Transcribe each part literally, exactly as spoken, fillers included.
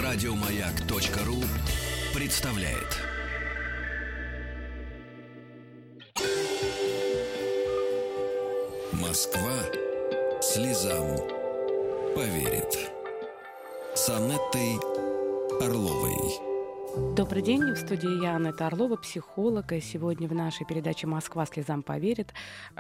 Радиомаяк.ру представляет. Москва слезам поверит. С Анеттой Орловой. Добрый день, в студии я, Анетта Орлова, психолог. И сегодня в нашей передаче «Москва слезам поверит»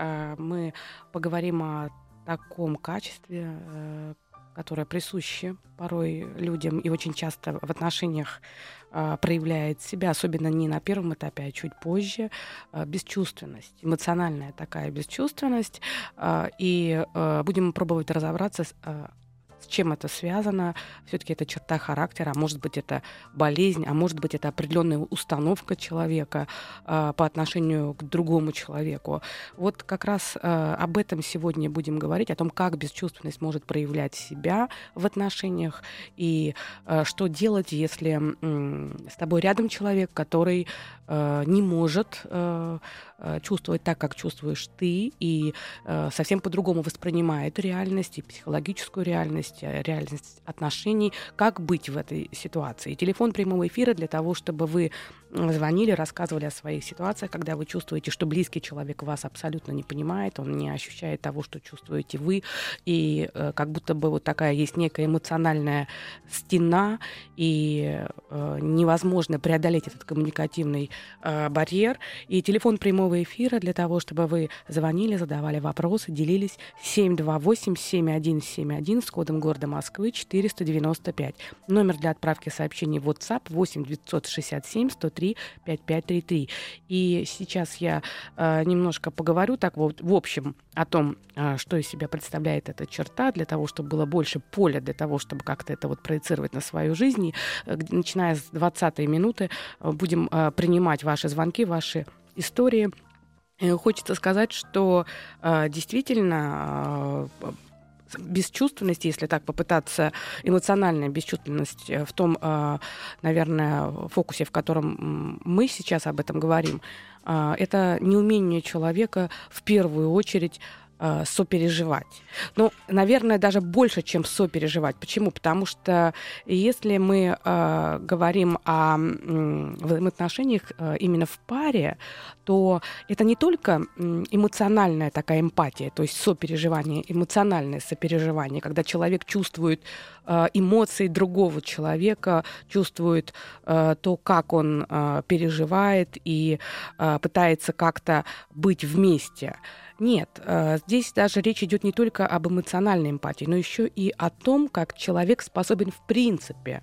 мы поговорим о таком качестве, которое присуще порой людям и очень часто в отношениях проявляет себя, особенно не на первом этапе, а чуть позже, бесчувственность, эмоциональная такая бесчувственность. И будем пробовать разобраться с С чем это связано? Все-таки это черта характера, а может быть, это болезнь, а может быть, это определенная установка человека э, по отношению к другому человеку. Вот как раз э, об этом сегодня будем говорить, о том, как бесчувственность может проявлять себя в отношениях и э, что делать, если э, с тобой рядом человек, который э, не может э, чувствовать так, как чувствуешь ты, и э, совсем по-другому воспринимает реальность и психологическую реальность, реальность отношений. Как быть в этой ситуации? Телефон прямого эфира для того, чтобы вы звонили, рассказывали о своих ситуациях, когда вы чувствуете, что близкий человек вас абсолютно не понимает, он не ощущает того, что чувствуете вы, и э, как будто бы вот такая есть некая эмоциональная стена, и э, невозможно преодолеть этот коммуникативный э, барьер. И телефон прямого эфира для того, чтобы вы звонили, задавали вопросы, делились. семь два восемь семь один семь один с кодом города Москвы четыреста девяносто пять. Номер для отправки сообщений в WhatsApp восемь девятьсот шестьдесят семь сто три пятьдесят пять тридцать три. И сейчас я э, немножко поговорю так вот в общем о том, э, что из себя представляет эта черта, для того, чтобы было больше поля, для того, чтобы как-то это вот проецировать на свою жизнь. И, э, начиная с двадцатой минуты э, будем э, принимать ваши звонки, ваши истории. Э, хочется сказать, что э, действительно э, бесчувственность, если так попытаться, эмоциональная бесчувственность в том, наверное, фокусе, в котором мы сейчас об этом говорим, это неумение человека в первую очередь сопереживать. Ну, наверное, даже больше, чем сопереживать. Почему? Потому что если мы э, говорим о э, взаимоотношениях э, именно в паре, то это не только эмоциональная такая эмпатия, то есть сопереживание, эмоциональное сопереживание, когда человек чувствует э, эмоции другого человека, чувствует э, то, как он э, переживает и э, пытается как-то быть вместе. Нет, здесь даже речь идет не только об эмоциональной эмпатии, но еще и о том, как человек способен в принципе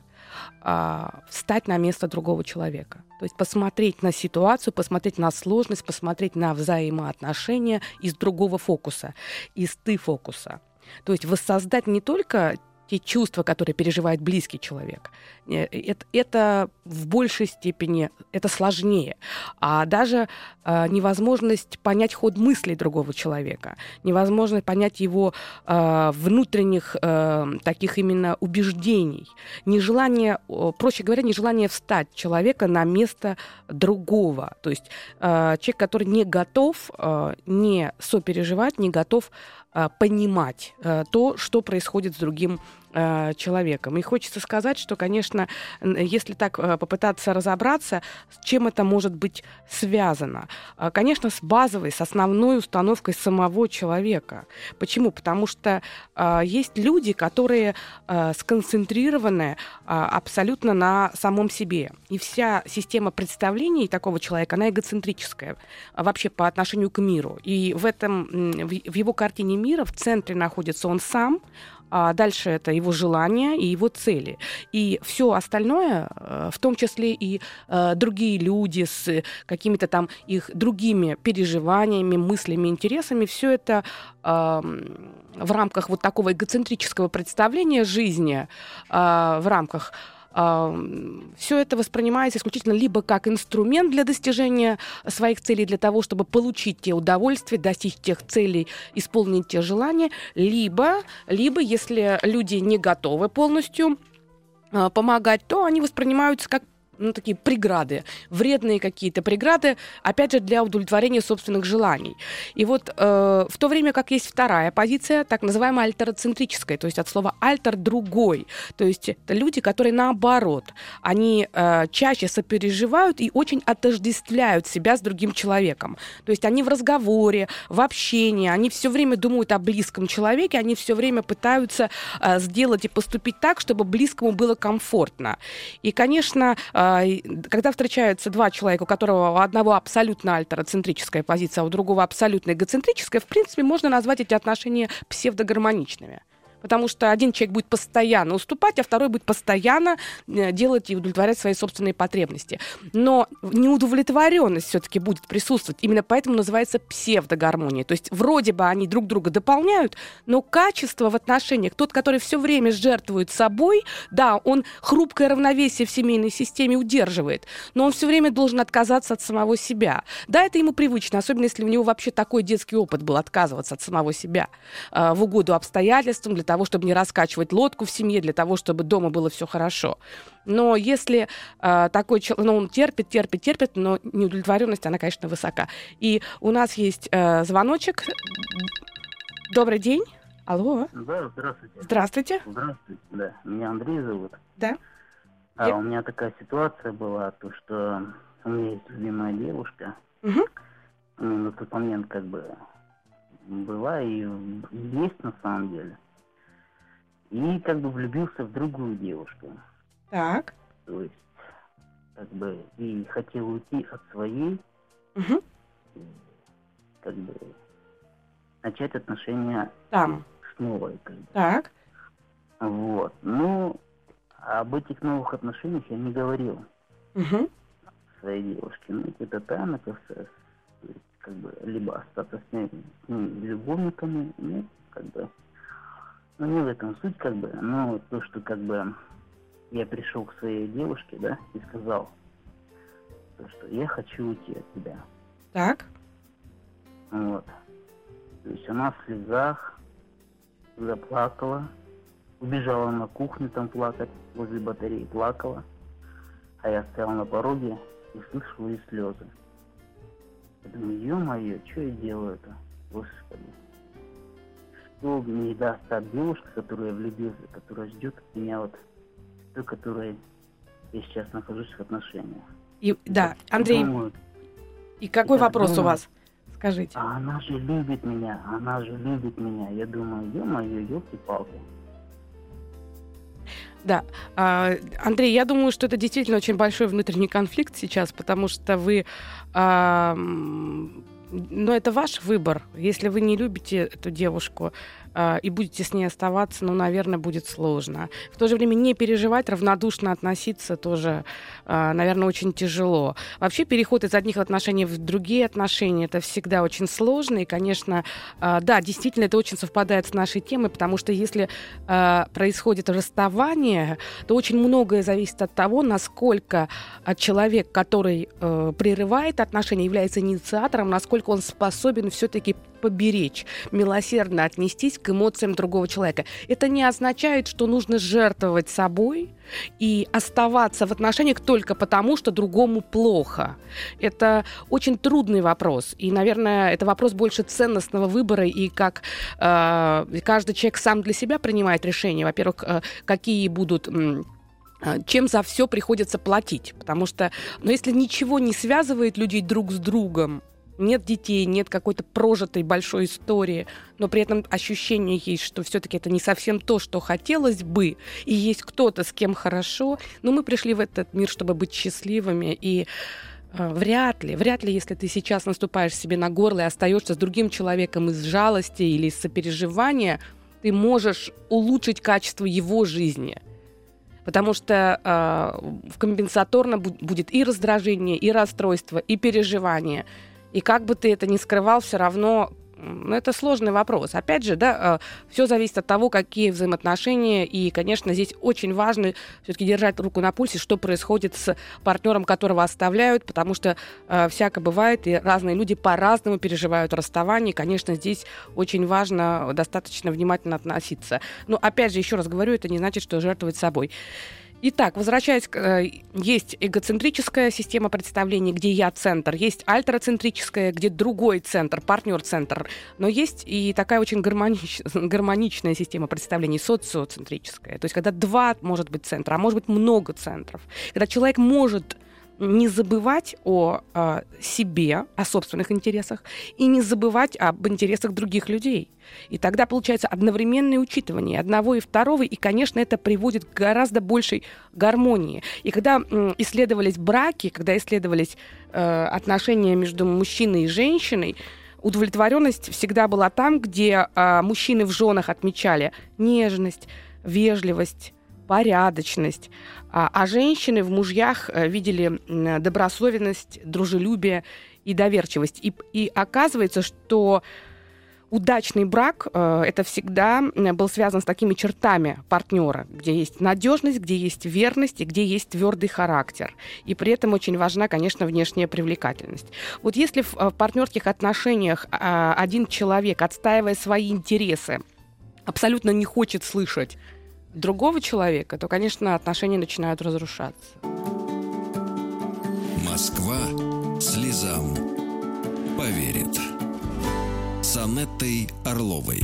встать на место другого человека. То есть посмотреть на ситуацию, посмотреть на сложность, посмотреть на взаимоотношения из другого фокуса, из ты-фокуса. То есть воссоздать не только те чувства, которые переживает близкий человек. Это, это в большей степени, это сложнее. А даже э, невозможность понять ход мыслей другого человека, невозможность понять его э, внутренних э, таких именно убеждений, нежелание, проще говоря, нежелание встать человека на место другого. То есть э, человек, который не готов э, не сопереживать, не готов э, понимать э, то, что происходит с другим человеком. И хочется сказать, что, конечно, если так попытаться разобраться, с чем это может быть связано. Конечно, с базовой, с основной установкой самого человека. Почему? Потому что э, есть люди, которые э, сконцентрированы э, абсолютно на самом себе. И вся система представлений такого человека, она эгоцентрическая вообще по отношению к миру. И в этом, в его картине мира в центре находится он сам, а дальше это его желания и его цели. И все остальное, в том числе и э, другие люди с какими-то там их другими переживаниями, мыслями, интересами, все это э, в рамках вот такого эгоцентрического представления жизни, э, в рамках все это воспринимается исключительно либо как инструмент для достижения своих целей, для того, чтобы получить те удовольствия, достичь тех целей, исполнить те желания, либо, либо если люди не готовы полностью помогать, то они воспринимаются как ну, такие преграды, вредные какие-то преграды, опять же, для удовлетворения собственных желаний. И вот э, в то время как есть вторая позиция, так называемая альтероцентрическая, то есть от слова «альтер» — другой. То есть это люди, которые наоборот, они э, чаще сопереживают и очень отождествляют себя с другим человеком. То есть они в разговоре, в общении, они все время думают о близком человеке, они все время пытаются э, сделать и поступить так, чтобы близкому было комфортно. И, конечно, э, когда встречаются два человека, у которого у одного абсолютно альтероцентрическая позиция, а у другого абсолютно эгоцентрическая, в принципе, можно назвать эти отношения псевдогармоничными. Потому что один человек будет постоянно уступать, а второй будет постоянно делать и удовлетворять свои собственные потребности. Но неудовлетворенность все-таки будет присутствовать. Именно поэтому называется псевдогармония. То есть вроде бы они друг друга дополняют, но качество в отношениях, тот, который все время жертвует собой, да, он хрупкое равновесие в семейной системе удерживает, но он все время должен отказаться от самого себя. Да, это ему привычно, особенно если у него вообще такой детский опыт был отказываться от самого себя э, в угоду обстоятельствам, для того, чтобы не раскачивать лодку в семье, для того, чтобы дома было все хорошо. Но если э, такой человек, ну, он терпит, терпит, терпит, но неудовлетворенность, она, конечно, высока. И у нас есть э, звоночек. Добрый день. Алло. Да, здравствуйте. Здравствуйте. Здравствуйте, да. Меня Андрей зовут. Да. А Я... у меня такая ситуация была, то что у меня есть любимая девушка. Угу. На тот момент как бы была и есть на самом деле. И как бы влюбился в другую девушку. Так. То есть, как бы, и хотел уйти от своей, угу. как бы, начать отношения там с новой. Как бы. Так. Вот. Ну, об этих новых отношениях я не говорил угу. своей девушке. Ну, это тайна, как как бы, либо остаться с ней, с ней любовниками, ну, как бы. Ну, не в этом суть, как бы, но то, что, как бы, я пришел к своей девушке, да, и сказал, то, что я хочу уйти от тебя. Так. Вот. То есть она в слезах заплакала, убежала на кухню там плакать, возле батареи плакала, а я стоял на пороге и слышал ее слезы. Я думаю, ё-моё, что я делаю-то, Господи. Что мне даст та девушка, которую я влюбился, которая ждет от меня вот той, которой я сейчас нахожусь в отношениях. И, да, Андрей, думаю, и какой вопрос думаю, у вас? Скажите. А она же любит меня, она же любит меня. Я думаю, ё-моё, ёлки-палки. Да, Андрей, я думаю, что это действительно очень большой внутренний конфликт сейчас, потому что вы... Но это ваш выбор. Если вы не любите эту девушку э, и будете с ней оставаться, ну, наверное, будет сложно. В то же время не переживать, равнодушно относиться тоже, э, наверное, очень тяжело. Вообще переход из одних отношений в другие отношения — это всегда очень сложно. И, конечно, э, да, действительно, это очень совпадает с нашей темой, потому что если э, происходит расставание, то очень многое зависит от того, насколько человек, который э, прерывает отношения, является инициатором, насколько он способен все-таки поберечь, милосердно отнестись к эмоциям другого человека. Это не означает, что нужно жертвовать собой и оставаться в отношениях только потому, что другому плохо. Это очень трудный вопрос. И, наверное, это вопрос больше ценностного выбора, и как э, каждый человек сам для себя принимает решение. Во-первых, э, какие будут... М- чем за все приходится платить. Потому что, ну, если ничего не связывает людей друг с другом, нет детей, нет какой-то прожитой большой истории, но при этом ощущение есть, что все-таки это не совсем то, что хотелось бы, и есть кто-то, с кем хорошо. Но мы пришли в этот мир, чтобы быть счастливыми, и э, вряд ли, вряд ли, если ты сейчас наступаешь себе на горло и остаешься с другим человеком из жалости или из сопереживания, ты можешь улучшить качество его жизни. Потому что э, компенсаторно бу- будет и раздражение, и расстройство, и переживание. И как бы ты это ни скрывал, все равно, ну, это сложный вопрос. Опять же, да, э, все зависит от того, какие взаимоотношения. И, конечно, здесь очень важно все-таки держать руку на пульсе, что происходит с партнером, которого оставляют, потому что э, всякое бывает, и разные люди по-разному переживают расставание. И, конечно, здесь очень важно достаточно внимательно относиться. Но, опять же, еще раз говорю, это не значит, что жертвовать собой. Итак, возвращаясь, к, есть эгоцентрическая система представлений, где я центр, есть альтероцентрическая, где другой центр, партнер-центр, но есть и такая очень гармонич, гармоничная система представлений, социоцентрическая, то есть когда два, может быть, центра, а может быть, много центров, когда человек может не забывать о, о себе, о собственных интересах, и не забывать об интересах других людей. И тогда получается одновременное учитывание одного и второго, и, конечно, это приводит к гораздо большей гармонии. И когда м, исследовались браки, когда исследовались э, отношения между мужчиной и женщиной, удовлетворенность всегда была там, где э, мужчины в женах отмечали нежность, вежливость, порядочность, а, а женщины в мужьях а, видели м, добросовестность, дружелюбие и доверчивость. И, и оказывается, что удачный брак а, это всегда был связан с такими чертами партнера, где есть надежность, где есть верность и где есть твердый характер. И при этом очень важна, конечно, внешняя привлекательность. Вот если в, в партнерских отношениях а, один человек, отстаивая свои интересы, абсолютно не хочет слышать другого человека, то, конечно, отношения начинают разрушаться. Москва слезам поверит. С Анеттой Орловой.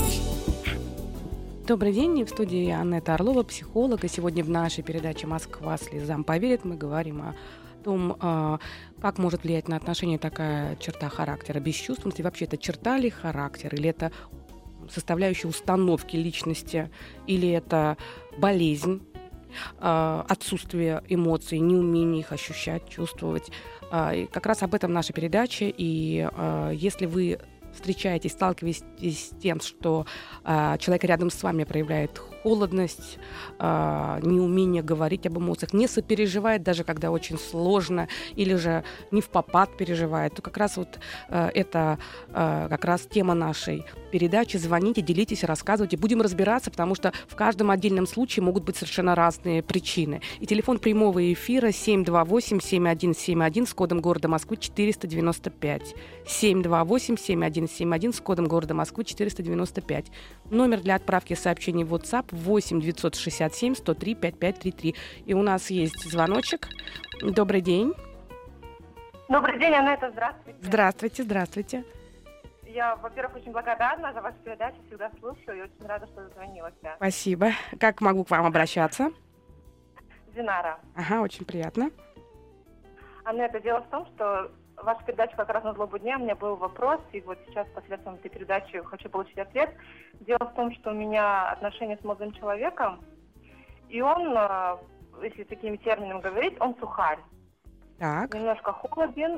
Добрый день, в студии Анетта Орлова, психолог. И сегодня в нашей передаче «Москва слезам поверит» мы говорим о том, как может влиять на отношения такая черта характера бесчувственности. Вообще, это черта ли характер, или это составляющая установки личности, или это болезнь, э, отсутствие эмоций, неумение их ощущать, чувствовать. Э, и как раз об этом наша передача. И э, если вы встречаетесь, сталкиваетесь с тем, что э, человек рядом с вами проявляет холодность, э, неумение говорить об эмоциях, не сопереживает даже, когда очень сложно, или же не впопад переживает, то как раз вот э, это э, как раз тема нашей передачи. Звоните, делитесь, рассказывайте. Будем разбираться, потому что в каждом отдельном случае могут быть совершенно разные причины. И телефон прямого эфира семь два восемь семь один семь один с кодом города Москвы четыреста девяносто пять. семь два восемь семь один семь один с кодом города Москвы четыреста девяносто пять. Номер для отправки сообщений в WhatsApp восемь девятьсот шестьдесят семь сто три пятьдесят пять тридцать три. И у нас есть звоночек. Добрый день. Добрый день, Анетта, здравствуйте. Здравствуйте, здравствуйте. Я, во-первых, очень благодарна за вашу передачу, всегда слушаю и очень рада, что дозвонилась. Спасибо. Как могу к вам обращаться? Динара. Ага, очень приятно. Анетта, дело в том, что ваша передача как раз на злобу дня, у меня был вопрос, и вот сейчас посредством этой передачи хочу получить ответ. Дело в том, что у меня отношения с молодым человеком, и он, если такими терминами говорить, он сухарь. Так. Немножко холоден,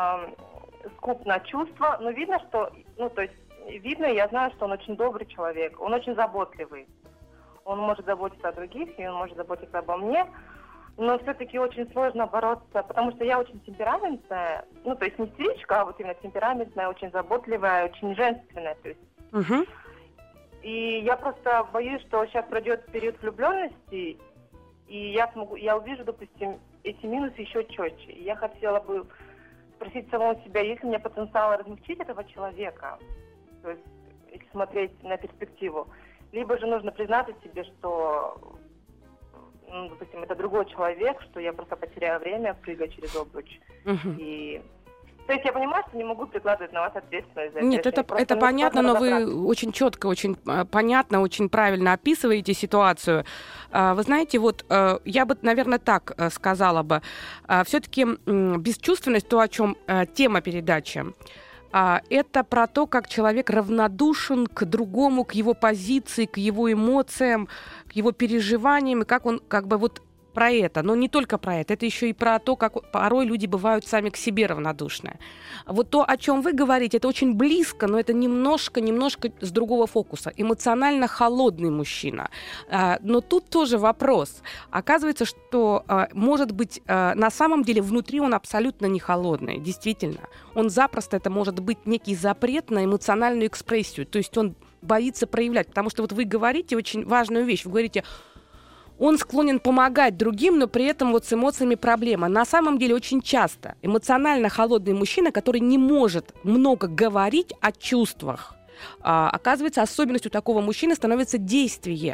скуп на чувства, но видно, что, ну, то есть, видно, я знаю, что он очень добрый человек, он очень заботливый. Он может заботиться о других, и он может заботиться обо мне, но все-таки очень сложно бороться, потому что я очень темпераментная, ну, то есть не истеричка, а вот именно темпераментная, очень заботливая, очень женственная, то есть. Угу. И я просто боюсь, что сейчас пройдет период влюбленности, и я смогу, я увижу, допустим, эти минусы еще четче. И я хотела бы спросить самого себя, есть ли у меня потенциал размягчить этого человека, то есть, если смотреть на перспективу, либо же нужно признаться себе, что, ну, допустим, это другой человек, что я просто потеряю время, прыгая через обруч. Uh-huh. И... То есть я понимаю, что не могу прикладывать на вас ответственность за это. Нет, это, это понятно, но вы очень четко, очень понятно, очень правильно описываете ситуацию. Вы знаете, вот я бы, наверное, так сказала бы. Все-таки бесчувственность, то, о чем тема передачи, это про то, как человек равнодушен к другому, к его позиции, к его эмоциям, к его переживаниям, и как он как бы вот про это, но не только про это, это еще и про то, как порой люди бывают сами к себе равнодушны. Вот то, о чем вы говорите, это очень близко, но это немножко, немножко с другого фокуса. Эмоционально холодный мужчина. Но тут тоже вопрос. Оказывается, что, может быть, на самом деле внутри он абсолютно не холодный, действительно. Он запросто, это может быть некий запрет на эмоциональную экспрессию, то есть он боится проявлять, потому что вот вы говорите очень важную вещь, вы говорите, он склонен помогать другим, но при этом вот с эмоциями проблема. На самом деле очень часто эмоционально холодный мужчина, который не может много говорить о чувствах, а, оказывается, особенностью такого мужчины становится действие.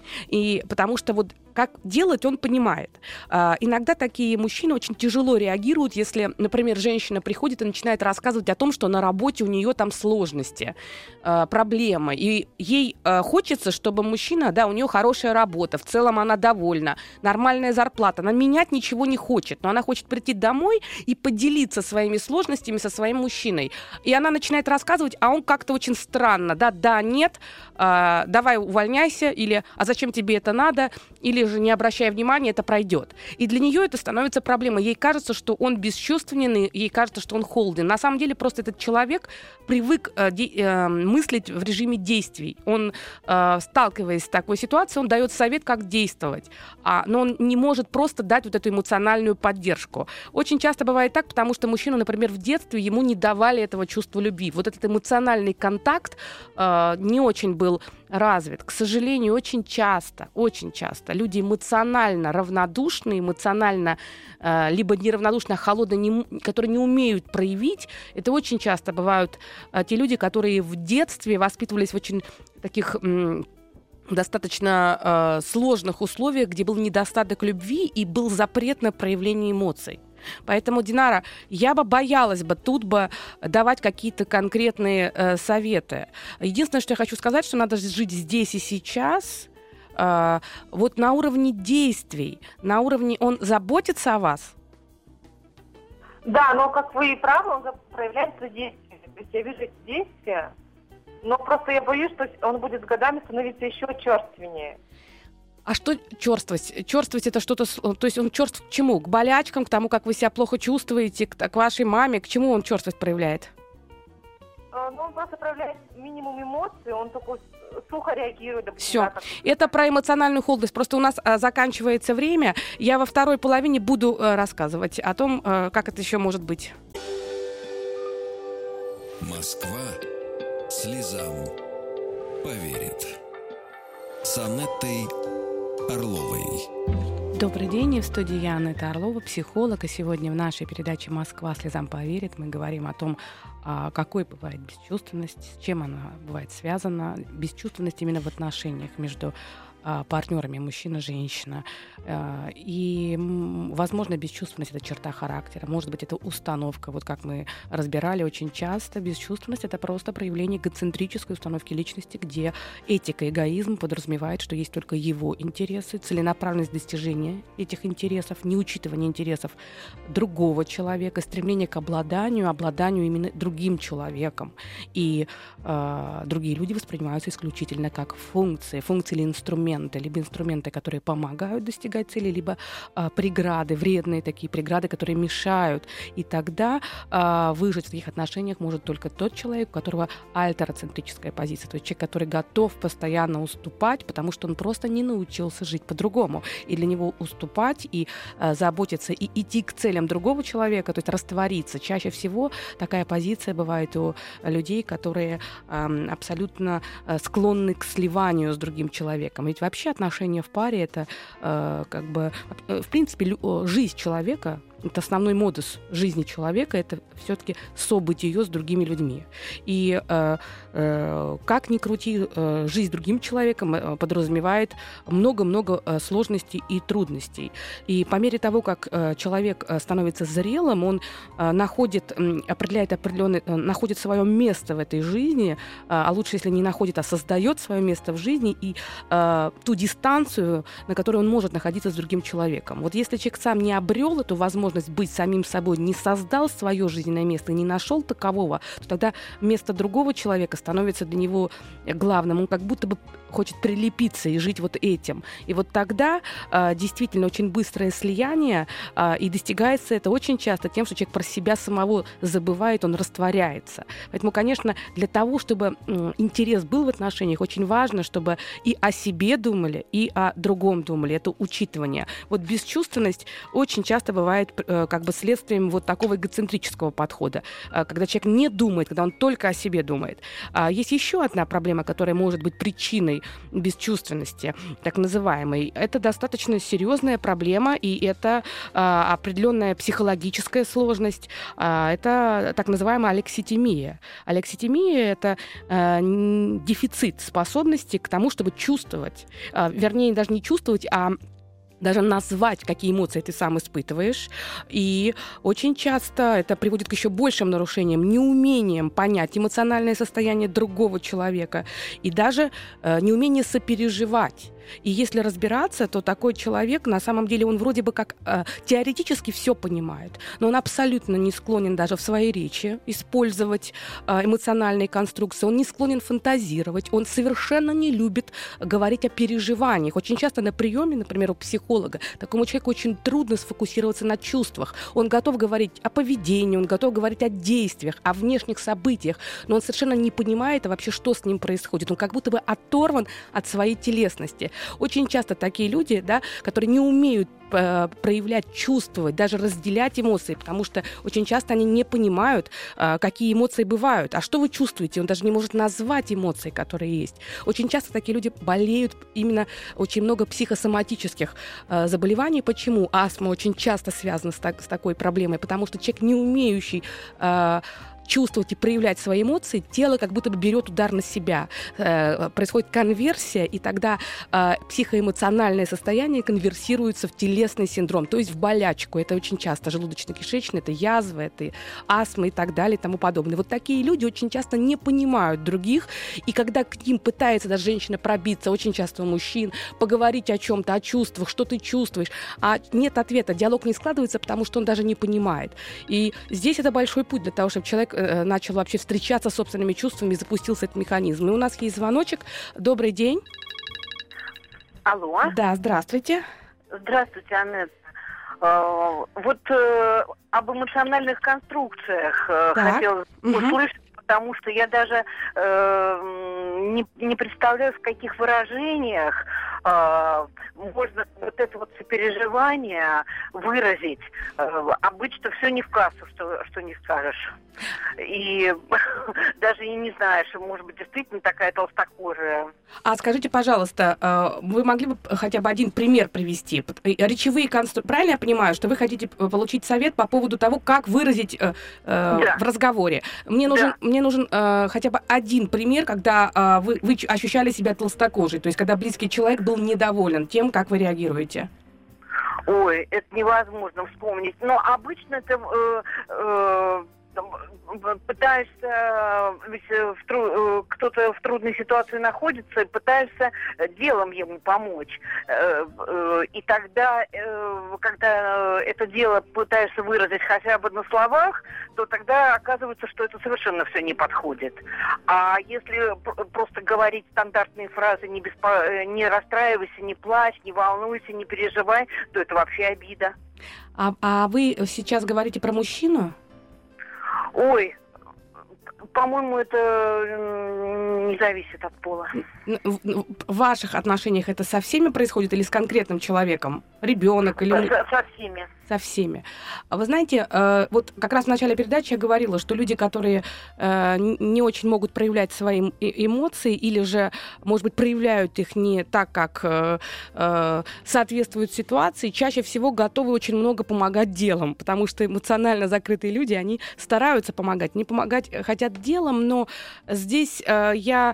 И потому что вот как делать, он понимает. А, иногда такие мужчины очень тяжело реагируют, если, например, женщина приходит и начинает рассказывать о том, что на работе у нее там сложности, а, проблемы. И ей а, хочется, чтобы мужчина, да, у нее хорошая работа, в целом она довольна, нормальная зарплата, она менять ничего не хочет, но она хочет прийти домой и поделиться своими сложностями со своим мужчиной. И она начинает рассказывать, а он как-то очень странно, да, да, нет, а, давай увольняйся, или а зачем тебе это надо, или же не обращая внимания, это пройдет. И для нее это становится проблемой. Ей кажется, что он бесчувственный, ей кажется, что он холоден. На самом деле просто этот человек привык э, де- э, мыслить в режиме действий. Он, э, сталкиваясь с такой ситуацией, он дает совет, как действовать. А, но он не может просто дать вот эту эмоциональную поддержку. Очень часто бывает так, потому что мужчина, например, в детстве ему не давали этого чувства любви. Вот этот эмоциональный контакт э, не очень был развит. К сожалению, очень часто, очень часто люди эмоционально равнодушные, эмоционально э, либо неравнодушно, а холодно, не, которые не умеют проявить. Это очень часто бывают э, те люди, которые в детстве воспитывались в очень таких... М- достаточно э, сложных условиях, где был недостаток любви и был запрет на проявление эмоций. Поэтому, Динара, я бы боялась бы тут бы давать какие-то конкретные э, советы. Единственное, что я хочу сказать, что надо жить здесь и сейчас, э, вот на уровне действий, на уровне он заботится о вас. Да, но, как вы и правы, он проявляется действиями. То есть я вижу эти действия, но просто я боюсь, что он будет с годами становиться еще черственнее. А что черствость? Черствость — это что-то... То есть он черств к чему? К болячкам, к тому, как вы себя плохо чувствуете, к, к вашей маме? К чему он черствость проявляет? Ну, он просто проявляет минимум эмоций, он только сухо реагирует. Все. Да, как... Это про эмоциональную холодность. Просто у нас а, заканчивается время. Я во второй половине буду а, рассказывать о том, а, как это еще может быть. Москва слезам поверит. С Анеттой Орловой. Добрый день, в студии я, Анетта Орлова, психолог. И сегодня в нашей передаче «Москва слезам поверит» мы говорим о том, какой бывает бесчувственность, с чем она бывает связана. Бесчувственность именно в отношениях между партнерами мужчина-женщина. И, возможно, бесчувственность — это черта характера. Может быть, это установка. Вот как мы разбирали очень часто, бесчувственность — это просто проявление эгоцентрической установки личности, где этика, эгоизм подразумевает, что есть только его интересы, целенаправленность достижения этих интересов, неучитывание интересов другого человека, стремление к обладанию, обладанию именно другим человеком. И э, другие люди воспринимаются исключительно как функции, функции или инструменты, либо инструменты, которые помогают достигать цели, либо а, преграды, вредные такие преграды, которые мешают. И тогда а, выжить в таких отношениях может только тот человек, у которого альтероцентрическая позиция, то есть человек, который готов постоянно уступать, потому что он просто не научился жить по-другому. И для него уступать и а, заботиться, и идти к целям другого человека, то есть раствориться. Чаще всего такая позиция бывает у людей, которые а, абсолютно а, склонны к сливанию с другим человеком. Ведь вообще отношения в паре — это э, как бы, э, в принципе, лю- жизнь человека. Это основной модус жизни человека, это все-таки событие с другими людьми. И э, э, как ни крути, э, жизнь с другим человеком э, подразумевает много-много э, сложностей и трудностей. И по мере того, как э, человек э, становится зрелым, он э, находит, э, определяет определенный, э, находит свое место в этой жизни, э, а лучше, если не находит, а создает свое место в жизни и э, ту дистанцию, на которой он может находиться с другим человеком. Вот если человек сам не обрел эту возможность быть самим собой, не создал свое жизненное место, не нашел такового, то тогда место другого человека становится для него главным. Он как будто бы хочет прилепиться и жить вот этим. И вот тогда э, действительно очень быстрое слияние, э, и достигается это очень часто тем, что человек про себя самого забывает, он растворяется. Поэтому, конечно, для того, чтобы э, интерес был в отношениях, очень важно, чтобы и о себе думали, и о другом думали. Это учитывание. Вот бесчувственность очень часто бывает э, как бы следствием вот такого эгоцентрического подхода, э, когда человек не думает, когда он только о себе думает. А есть еще одна проблема, которая может быть причиной бесчувственности, так называемой. Это достаточно серьезная проблема, и это а, определенная психологическая сложность. А, это так называемая алекситимия. Алекситимия — это а, дефицит способности к тому, чтобы чувствовать, а, вернее, даже не чувствовать, а даже назвать, какие эмоции ты сам испытываешь. И очень часто это приводит к еще большим нарушениям, неумением понять эмоциональное состояние другого человека и даже э, неумение сопереживать. И если разбираться, то такой человек, на самом деле, он вроде бы как э, теоретически все понимает, но он абсолютно не склонен даже в своей речи использовать э, эмоциональные конструкции, он не склонен фантазировать, он совершенно не любит говорить о переживаниях. Очень часто на приеме, например, у психолога, такому человеку очень трудно сфокусироваться на чувствах. Он готов говорить о поведении, он готов говорить о действиях, о внешних событиях, но он совершенно не понимает вообще, что с ним происходит. Он как будто бы оторван от своей телесности. Очень часто такие люди, да, которые не умеют э, проявлять, чувствовать, даже разделять эмоции, потому что очень часто они не понимают, э, какие эмоции бывают. А что вы чувствуете? Он даже не может назвать эмоции, которые есть. Очень часто такие люди болеют именно очень много психосоматических э, заболеваний. Почему? Астма очень часто связана с, так, с такой проблемой, потому что человек, не умеющий э, чувствовать и проявлять свои эмоции, тело как будто бы берет удар на себя. Э, происходит конверсия, и тогда э, психоэмоциональное состояние конверсируется в телесный синдром, то есть в болячку. Это очень часто желудочно-кишечный, это язва, это астма и так далее и тому подобное. Вот такие люди очень часто не понимают других, и когда к ним пытается даже женщина пробиться, очень часто у мужчин, поговорить о чем-то, о чувствах, что ты чувствуешь, а нет ответа, диалог не складывается, потому что он даже не понимает. И здесь это большой путь для того, чтобы человек начал вообще встречаться с собственными чувствами и запустился этот механизм. И у нас есть звоночек. Добрый день. Алло. Да, здравствуйте. Здравствуйте, Аннет. Э, вот э, об эмоциональных конструкциях э, хотелось угу. услышать, потому что я даже э, не, не представляю, в каких выражениях э, можно вот это вот сопереживание выразить. Э, обычно все не в кассу, что, что не скажешь. И даже и не знаешь, может быть, действительно такая толстокожая. А скажите, пожалуйста, вы могли бы хотя бы один пример привести? Речевые конструкции. Правильно я понимаю, что вы хотите получить совет по поводу того, как выразить э, да. в разговоре? Мне нужен, да. мне нужен э, хотя бы один пример, когда э, вы, вы ощущали себя толстокожей, то есть когда близкий человек был недоволен тем, как вы реагируете. Ой, это невозможно вспомнить. Но обычно это... Э, э, пытаешься, ведь в тру, кто-то в трудной ситуации находится, и пытаешься делом ему помочь. И тогда, когда это дело пытаешься выразить хотя бы на словах, то тогда оказывается, что это совершенно все не подходит. А если просто говорить стандартные фразы «не, беспо... не расстраивайся, не плачь, не волнуйся, не переживай», то это вообще обида. А, а вы сейчас говорите про мужчину? Ой, по-моему, это не зависит от пола. В ваших отношениях это со всеми происходит или с конкретным человеком? Ребенок или... Со, со всеми. Со всеми. Вы знаете, вот как раз в начале передачи я говорила, что люди, которые не очень могут проявлять свои эмоции или же, может быть, проявляют их не так, как соответствует ситуации, чаще всего готовы очень много помогать делом, потому что эмоционально закрытые люди, они стараются помогать, не помогать хотят делом, но здесь я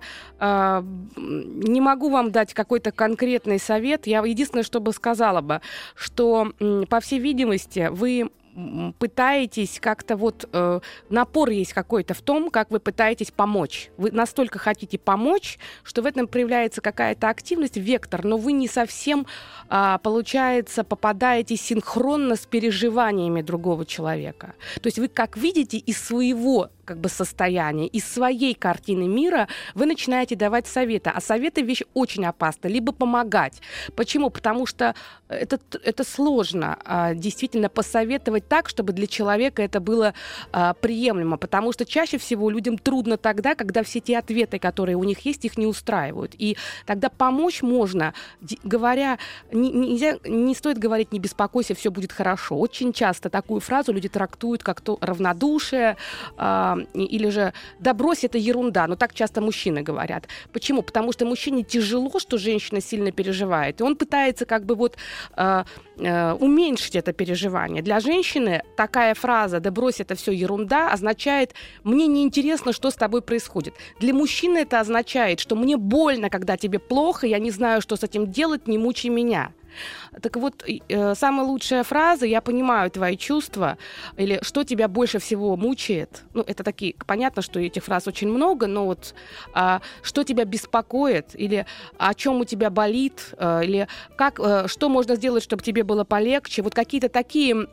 не могу вам дать какой-то конкретный совет. Я единственное, что бы сказала бы, что, по всей видимости, вы пытаетесь как-то вот... Э, напор есть какой-то в том, как вы пытаетесь помочь. Вы настолько хотите помочь, что в этом проявляется какая-то активность, вектор, но вы не совсем, э, получается, попадаете синхронно с переживаниями другого человека. То есть вы, как видите, из своего как бы состояния, из своей картины мира вы начинаете давать советы. А советы — вещь очень опасна. Либо помогать. Почему? Потому что это, это сложно а, действительно посоветовать так, чтобы для человека это было а, приемлемо. Потому что чаще всего людям трудно тогда, когда все те ответы, которые у них есть, их не устраивают. И тогда помочь можно, говоря... Не, нельзя, не стоит говорить «не беспокойся, все будет хорошо». Очень часто такую фразу люди трактуют как то равнодушие, а, или же «да брось, это ерунда». Но так часто мужчины говорят. Почему? Потому что мужчине тяжело, что женщина сильно переживает, и он пытается как бы вот э, э, уменьшить это переживание. Для женщины такая фраза «да брось, это все ерунда» означает «мне неинтересно, что с тобой происходит». Для мужчины это означает, что «мне больно, когда тебе плохо, я не знаю, что с этим делать, не мучай меня». Так вот, э, самая лучшая фраза «я понимаю твои чувства» или «что тебя больше всего мучает». Ну, это такие, понятно, что этих фраз очень много, но вот э, «что тебя беспокоит» или «о чем у тебя болит» э, или как, э, «что можно сделать, чтобы тебе было полегче». Вот какие-то такие...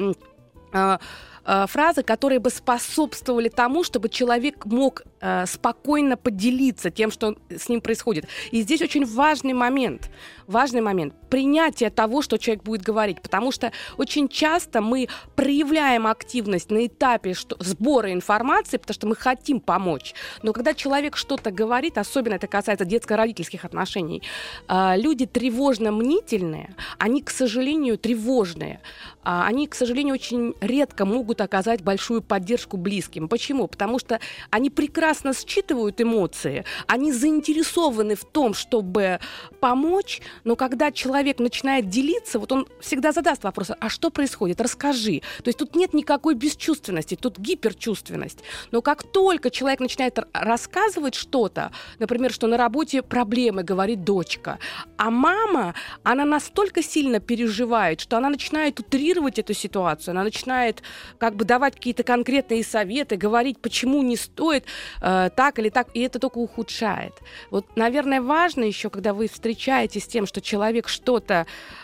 Э, фразы, которые бы способствовали тому, чтобы человек мог э, спокойно поделиться тем, что с ним происходит. И здесь очень важный момент, важный момент принятие того, что человек будет говорить, потому что очень часто мы проявляем активность на этапе что, сбора информации, потому что мы хотим помочь. Но когда человек что-то говорит, особенно это касается детско-родительских отношений, э, люди тревожно-мнительные, они, к сожалению, тревожные, э, они, к сожалению, очень редко могут оказать большую поддержку близким. Почему? Потому что они прекрасно считывают эмоции, они заинтересованы в том, чтобы помочь, но когда человек начинает делиться, вот он всегда задаст вопрос: а что происходит? Расскажи. То есть тут нет никакой бесчувственности, тут гиперчувственность. Но как только человек начинает рассказывать что-то, например, что на работе проблемы, говорит дочка, а мама, она настолько сильно переживает, что она начинает утрировать эту ситуацию, она начинает как бы давать какие-то конкретные советы, говорить, почему не стоит э, так или так, и это только ухудшает. Вот, наверное, важно еще, когда вы встречаетесь с тем, что человек что-то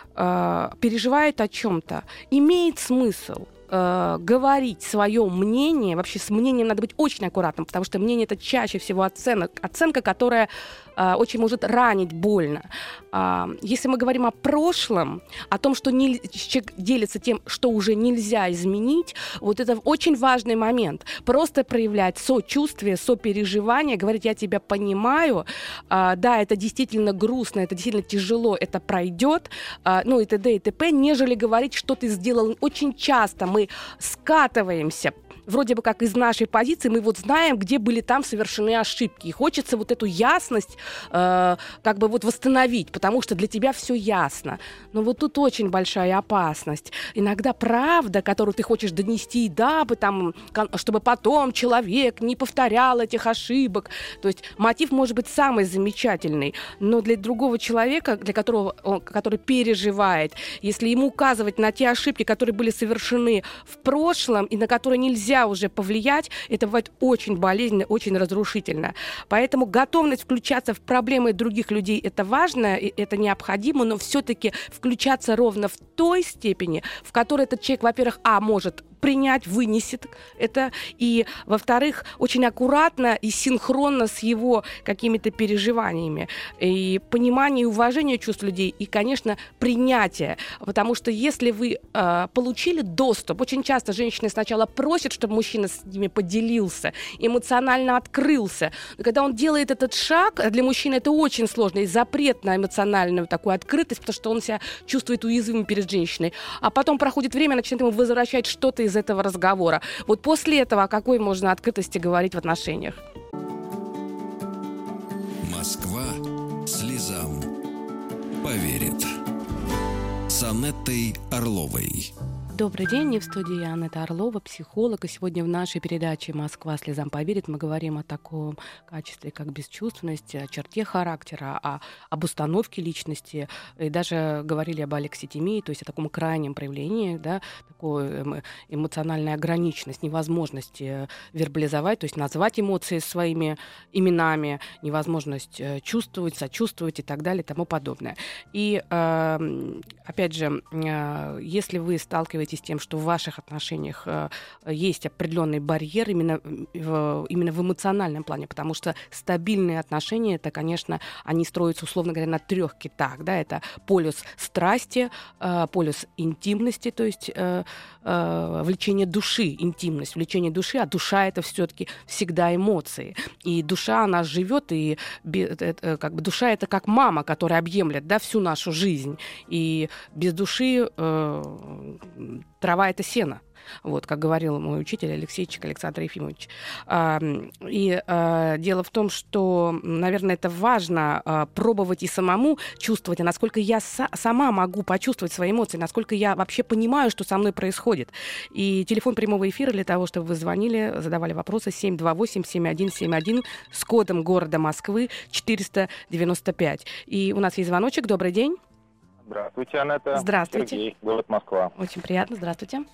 э, переживает о чем-то, имеет смысл э, говорить свое мнение. Вообще с мнением надо быть очень аккуратным, потому что мнение — это чаще всего оценка, оценка, которая э, очень может ранить больно. Э, если мы говорим о прошлом, о том, что не, человек делится тем, что уже нельзя изменить, вот это очень важный момент. Просто проявлять сочувствие, сопереживание, говорить: я тебя понимаю, э, да, это действительно грустно, это действительно тяжело, это пройдет, э, ну и т.д. и т.п., нежели говорить, что ты сделал. Очень часто мы скатываемся вроде бы как из нашей позиции, мы вот знаем, где были там совершены ошибки. И хочется вот эту ясность э, как бы вот восстановить, потому что для тебя все ясно. Но вот тут очень большая опасность. Иногда правда, которую ты хочешь донести, дабы там, чтобы потом человек не повторял этих ошибок. То есть мотив может быть самый замечательный, но для другого человека, для которого он, который переживает, если ему указывать на те ошибки, которые были совершены в прошлом и на которые нельзя уже повлиять, это бывает очень болезненно, очень разрушительно. Поэтому готовность включаться в проблемы других людей — это важно, это необходимо, но все-таки включаться ровно в той степени, в которой этот человек, во-первых, а, может принять, вынесет это, и, во-вторых, очень аккуратно и синхронно с его какими-то переживаниями. И понимание и уважение чувств людей, и, конечно, принятие. Потому что если вы э, получили доступ, очень часто женщины сначала просят, чтобы мужчина с ними поделился, эмоционально открылся. Но когда он делает этот шаг, для мужчины это очень сложно, и запрет на эмоциональную такую открытость, потому что он себя чувствует уязвимым перед женщиной. А потом проходит время, начинает ему возвращать что-то из этого разговора. Вот после этого о какой можно открытости говорить в отношениях? Москва слезам поверит. С Анеттой Орловой. Добрый день, не в студии Анетта Орлова, психолог. И сегодня в нашей передаче «Москва слезам поверит» мы говорим о таком качестве, как бесчувственность, о черте характера, о, об установке личности. И даже говорили об алекситимии, то есть о таком крайнем проявлении, да, такой эмоциональной ограниченность, невозможность вербализовать, то есть назвать эмоции своими именами, невозможность чувствовать, сочувствовать и так далее и тому подобное. И, опять же, если вы сталкиваетесь с тем, что в ваших отношениях э, есть определенный барьер именно в, именно в эмоциональном плане, потому что стабильные отношения, это, конечно, они строятся, условно говоря, на трех китах. Да? Это полюс страсти, э, полюс интимности, то есть э, э, влечение души, интимность, влечение души, а душа — это все-таки всегда эмоции. И душа, она живет, и э, как бы душа — это как мама, которая объемлет, да, всю нашу жизнь. И без души э, трава — это сено. вот, как говорил мой учитель Алексейчик Александр Ефимович. А, и а, дело в том, что, наверное, это важно а, пробовать и самому чувствовать, а насколько я са- сама могу почувствовать свои эмоции, насколько я вообще понимаю, что со мной происходит. И телефон прямого эфира для того, чтобы вы звонили, задавали вопросы семь два восемь семь один семь один с кодом города Москвы четыреста девяносто пять. И у нас есть звоночек. Добрый день. Здравствуйте, Анетта. Здравствуйте. Сергей, город Москва. Очень приятно. Здравствуйте.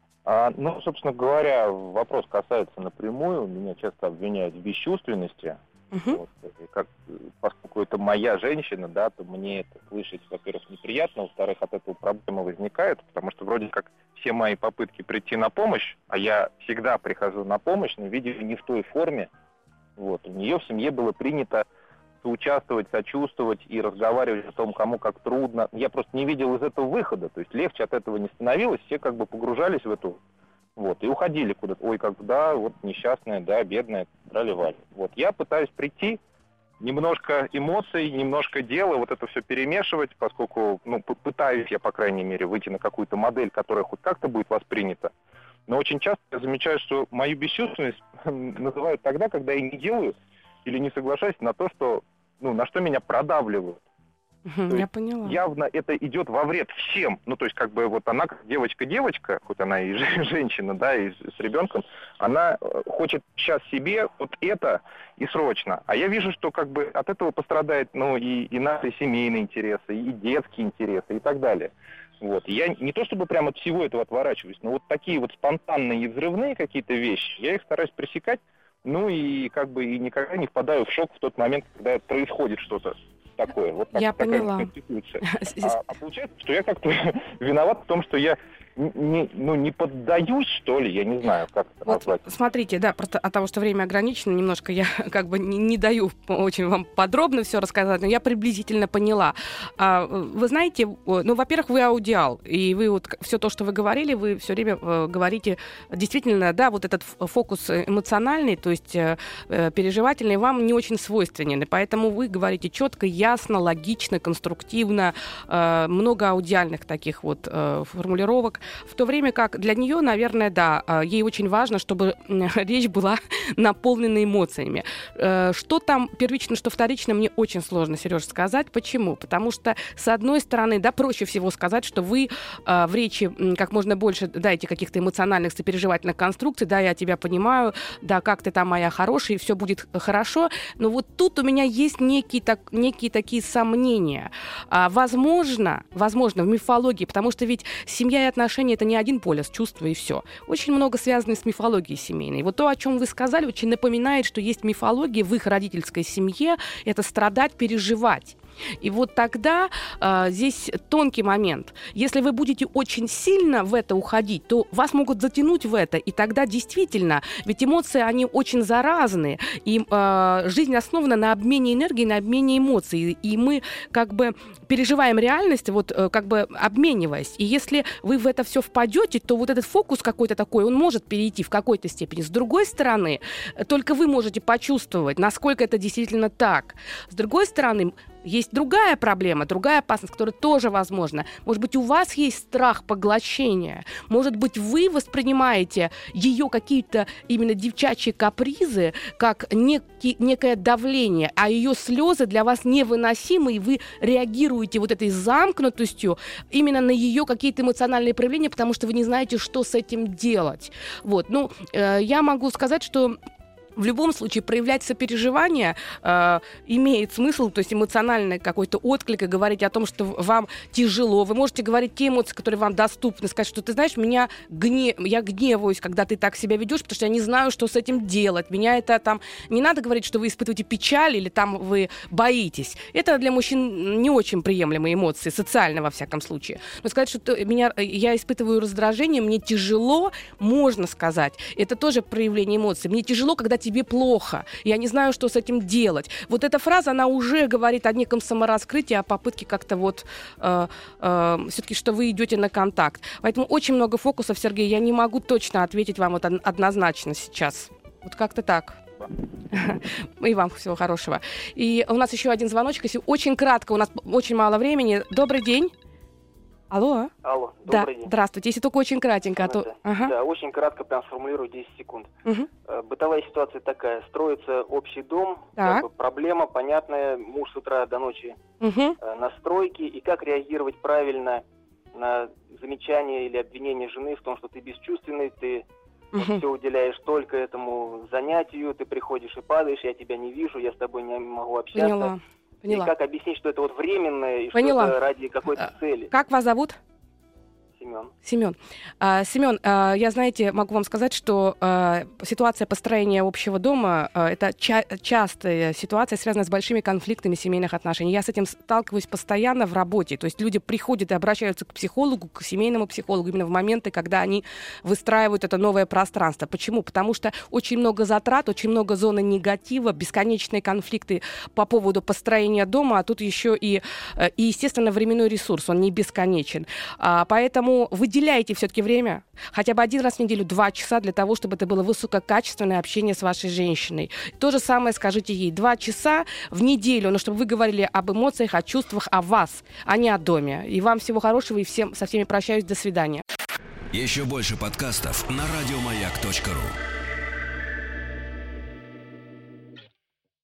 А, ну, собственно говоря, вопрос касается напрямую. Меня часто обвиняют в бесчувственности. Uh-huh. Вот, как, поскольку это моя женщина, да, то мне это слышать, во-первых, неприятно, во-вторых, от этого проблема возникает, потому что вроде как все мои попытки прийти на помощь, а я всегда прихожу на помощь, но, видимо, не в той форме. Вот. У нее в семье было принято соучаствовать, сочувствовать и разговаривать о том, кому как трудно. Я просто не видел из этого выхода, то есть легче от этого не становилось, все как бы погружались в эту, вот, и уходили куда-то. Ой, как, да, вот несчастная, да, бедная, трали-вали. Вот, я пытаюсь прийти, немножко эмоций, немножко дела, вот это все перемешивать, поскольку, ну, пытаюсь я, по крайней мере, выйти на какую-то модель, которая хоть как-то будет воспринята. Но очень часто я замечаю, что мою бесчувственность называют тогда, когда я не делаю или не соглашаюсь на то, что, ну, на что меня продавливают. Uh-huh, я поняла. Явно это идет во вред всем. Ну, то есть, как бы, вот она, как девочка-девочка, хоть она и женщина, да, и с ребенком, она хочет сейчас себе вот это и срочно. А я вижу, что, как бы, от этого пострадает, ну, и, и наши семейные интересы, и детские интересы, и так далее. Вот. Я не то чтобы прямо от всего этого отворачиваюсь, но вот такие вот спонтанные и взрывные какие-то вещи, я их стараюсь пресекать. Ну и как бы и никогда не впадаю в шок в тот момент, когда происходит что-то такое. Вот так, я такая поняла. Конституция. А, а получается, что я как-то виноват в том, что я не, ну, не поддаюсь, что ли, я не знаю, как это вот назвать. Смотрите, да, просто от того, что время ограничено, немножко я как бы не, не даю очень вам подробно все рассказать, но я приблизительно поняла. А, вы знаете, ну, во-первых, вы аудиал, и вы вот все то, что вы говорили, вы все время э, говорите действительно, да, вот этот фокус эмоциональный, то есть э, переживательный, вам не очень свойственен, и поэтому вы говорите четко, ясно, логично, конструктивно, э, много аудиальных таких вот э, формулировок, в то время как для нее, наверное, да, ей очень важно, чтобы речь была наполнена эмоциями. Что там первично, что вторично, мне очень сложно, Сереж, сказать. Почему? Потому что, с одной стороны, да, проще всего сказать, что вы в речи как можно больше дайте каких-то эмоциональных, сопереживательных конструкций, да, я тебя понимаю, да, как ты там моя хорошая, и все будет хорошо. Но вот тут у меня есть некие, так, некие такие сомнения. Возможно, возможно, в мифологии, потому что ведь семья и отношения — это не один полюс чувства и все. Очень много связано с мифологией семейной. Вот то, о чем вы сказали, очень напоминает, что есть мифология в их родительской семье — это страдать, переживать. И вот тогда э, здесь тонкий момент. Если вы будете очень сильно в это уходить, то вас могут затянуть в это, и тогда действительно, ведь эмоции, они очень заразны, и э, жизнь основана на обмене энергии, на обмене эмоций, и мы как бы переживаем реальность, вот э, как бы обмениваясь. И если вы в это все впадете, то вот этот фокус какой-то такой, он может перейти в какой-то степени. С другой стороны, только вы можете почувствовать, насколько это действительно так. С другой стороны, есть другая проблема, другая опасность, которая тоже возможна. Может быть, у вас есть страх поглощения. Может быть, вы воспринимаете ее какие-то именно девчачьи капризы как некий, некое давление, а ее слезы для вас невыносимы, и вы реагируете вот этой замкнутостью именно на ее какие-то эмоциональные проявления, потому что вы не знаете, что с этим делать. Вот. Ну, э, я могу сказать, что в любом случае проявлять сопереживание э, имеет смысл, то есть эмоциональный какой-то отклик, и говорить о том, что вам тяжело. Вы можете говорить те эмоции, которые вам доступны, сказать, что ты знаешь, меня гне... я гневаюсь, когда ты так себя ведешь, потому что я не знаю, что с этим делать. Меня это там... Не надо говорить, что вы испытываете печаль или там вы боитесь. Это для мужчин не очень приемлемые эмоции, социально во всяком случае. Но сказать, что меня... я испытываю раздражение, мне тяжело, можно сказать. Это тоже проявление эмоций. Мне тяжело, когда тебе плохо, я не знаю, что с этим делать. Вот эта фраза, она уже говорит о неком самораскрытии, о попытке как-то вот э, э, все-таки, что вы идете на контакт. Поэтому очень много фокусов, Сергей, я не могу точно ответить вам вот однозначно сейчас. Вот как-то так. И вам всего хорошего. И у нас еще один звоночек, если очень кратко, у нас очень мало времени. Добрый день. Алло. Алло, да, добрый день. Здравствуйте. Если только очень кратенько, а то... Ага. Да, очень кратко, прям сформулирую десять секунд. Угу. Бытовая ситуация такая. Строится общий дом, как бы проблема понятная, муж с утра до ночи угу. на стройке, и как реагировать правильно на замечание или обвинение жены в том, что ты бесчувственный, ты угу. вот, все уделяешь только этому занятию, ты приходишь и падаешь, я тебя не вижу, я с тобой не могу общаться. Поняла. Поняла. И как объяснить, что это вот временное, и Поняла. что это ради какой-то цели. Как вас зовут? Семен. Семен. А, Семен, а, я, знаете, могу вам сказать, что а, ситуация построения общего дома а, это ча- частая ситуация, связанная с большими конфликтами семейных отношений. Я с этим сталкиваюсь постоянно в работе. То есть люди приходят и обращаются к психологу, к семейному психологу именно в моменты, когда они выстраивают это новое пространство. Почему? Потому что очень много затрат, очень много зоны негатива, бесконечные конфликты по поводу построения дома, а тут еще и, и естественно, временной ресурс, он не бесконечен. А, поэтому выделяйте все-таки время, хотя бы один раз в неделю, два часа для того, чтобы это было высококачественное общение с вашей женщиной. То же самое скажите ей. Два часа в неделю, но чтобы вы говорили об эмоциях, о чувствах, о вас, а не о доме. И вам всего хорошего, и всем, со всеми прощаюсь. До свидания. Еще больше подкастов на радиомаяк точка ру.